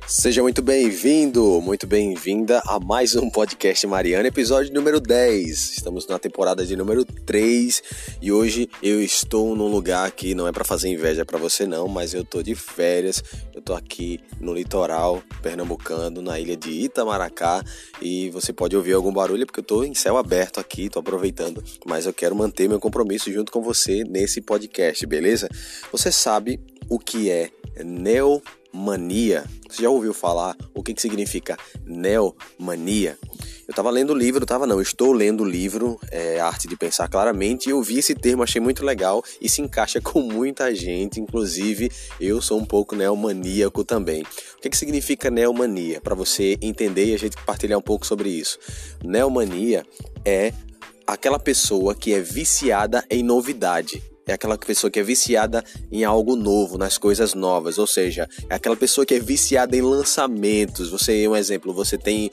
Seja muito bem-vindo, muito bem-vinda a mais um podcast Mariano, episódio número 10. Estamos na temporada de número 3 e hoje eu estou num lugar que não é para fazer inveja para você não, mas eu tô de férias, eu tô aqui no litoral pernambucano, na ilha de Itamaracá, e você pode ouvir algum barulho porque eu tô em céu aberto aqui, tô aproveitando, mas eu quero manter meu compromisso junto com você nesse podcast, beleza? Você sabe o que é neomania? Você já ouviu falar o que significa neomania? Estou lendo o livro A Arte de Pensar Claramente, e eu vi esse termo, achei muito legal e se encaixa com muita gente, inclusive eu sou um pouco neomaníaco também. O que significa neomania? Para você entender e a gente partilhar um pouco sobre isso. Neomania é aquela pessoa que é viciada em novidade. É aquela pessoa que é viciada em algo novo, nas coisas novas, ou seja, é aquela pessoa que é viciada em lançamentos. Um exemplo, você tem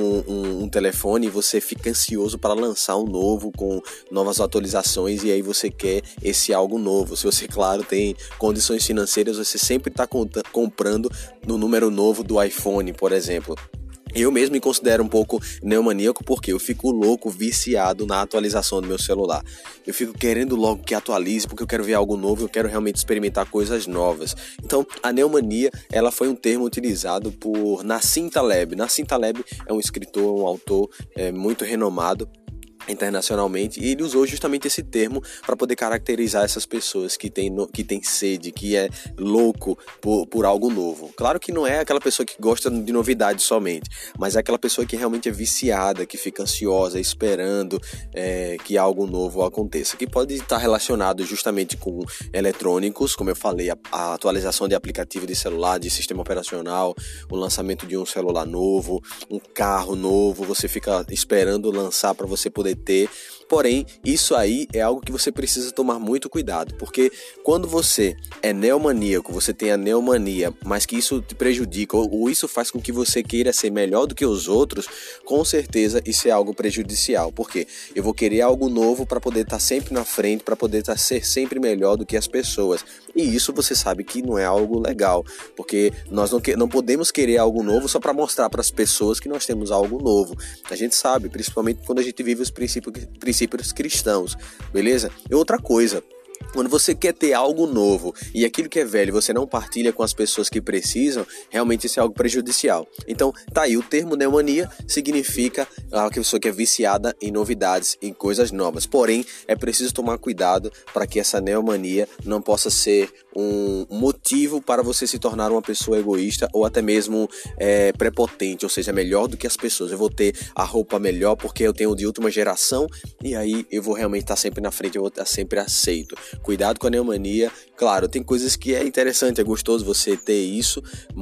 um telefone e você fica ansioso para lançar um novo com novas atualizações, e aí você quer esse algo novo. Se você, claro, tem condições financeiras, você sempre está comprando no número novo do iPhone, por exemplo. Eu mesmo me considero um pouco neomaníaco porque eu fico louco, viciado na atualização do meu celular. Eu fico querendo logo que atualize porque eu quero ver algo novo, eu quero realmente experimentar coisas novas. Então, a neomania, ela foi um termo utilizado por Nassim Taleb. Nassim Taleb é um escritor, um autor muito renomado internacionalmente, e ele usou justamente esse termo para poder caracterizar essas pessoas que têm sede, que é louco por algo novo. Claro que não é aquela pessoa que gosta de novidade somente, mas é aquela pessoa que realmente é viciada, que fica ansiosa, esperando que algo novo aconteça, que pode estar relacionado justamente com eletrônicos, como eu falei, a atualização de aplicativo de celular, de sistema operacional, o lançamento de um celular novo, um carro novo, você fica esperando lançar para você poder ter. Porém, isso aí é algo que você precisa tomar muito cuidado, porque quando você é neomaníaco, você tem a neomania, mas que isso te prejudica ou isso faz com que você queira ser melhor do que os outros, com certeza isso é algo prejudicial, porque eu vou querer algo novo para poder estar sempre na frente, para poder ser sempre melhor do que as pessoas, e isso você sabe que não é algo legal, porque nós não podemos querer algo novo só para mostrar para as pessoas que nós temos algo novo. A gente sabe, principalmente quando a gente vive os princípios cristãos, beleza? E outra coisa, quando você quer ter algo novo e aquilo que é velho você não partilha com as pessoas que precisam, realmente isso é algo prejudicial. Então, tá aí, o termo neomania significa a pessoa que é viciada em novidades, em coisas novas. Porém, é preciso tomar cuidado para que essa neomania não possa ser um motivo para você se tornar uma pessoa egoísta ou até mesmo prepotente, ou seja, melhor do que as pessoas. Eu vou ter a roupa melhor porque eu tenho de última geração e aí eu vou realmente estar sempre na frente, eu vou estar sempre aceito. Cuidado com a neomania. Claro, tem coisas que é interessante, é gostoso você ter isso,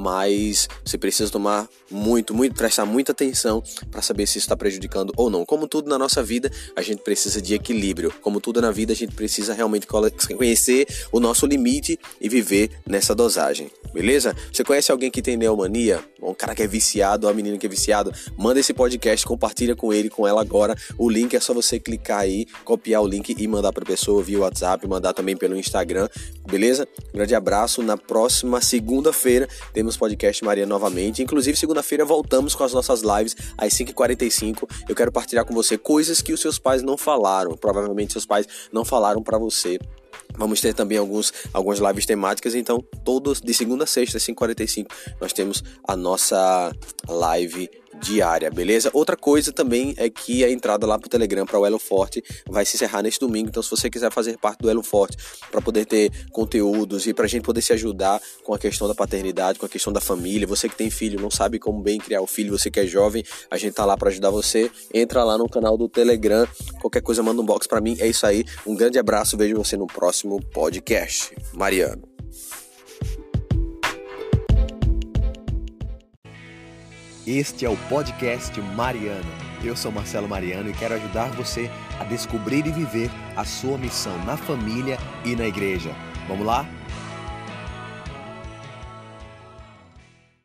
mas você precisa tomar prestar muita atenção para saber se isso está prejudicando ou não. Como tudo na nossa vida, a gente precisa de equilíbrio. Como tudo na vida, a gente precisa realmente conhecer o nosso limite e viver nessa dosagem, beleza? Você conhece alguém que tem neomania? Um cara que é viciado, uma menina que é viciado? Manda esse podcast, compartilha com ele, com ela agora. O link é só você clicar aí, copiar o link e mandar para a pessoa via WhatsApp, mandar também pelo Instagram, beleza? Grande abraço. Na próxima segunda-feira temos podcast Mariano novamente. Inclusive, segunda-feira voltamos com as nossas lives às 5h45. Eu quero partilhar com você coisas que os seus pais não falaram. Provavelmente seus pais não falaram para você. Vamos ter também algumas lives temáticas, então todos de segunda a sexta, às 5h45, nós temos a nossa live diária, beleza? Outra coisa também é que a entrada lá pro Telegram para o Elo Forte vai se encerrar neste domingo, então se você quiser fazer parte do Elo Forte para poder ter conteúdos e pra gente poder se ajudar com a questão da paternidade, com a questão da família, você que tem filho, não sabe como bem criar o filho, você que é jovem, a gente tá lá para ajudar você, entra lá no canal do Telegram, qualquer coisa manda um box para mim, é isso aí, um grande abraço, vejo você no próximo podcast. Mariano. Este é o podcast Mariano. Eu sou Marcelo Mariano e quero ajudar você a descobrir e viver a sua missão na família e na igreja. Vamos lá?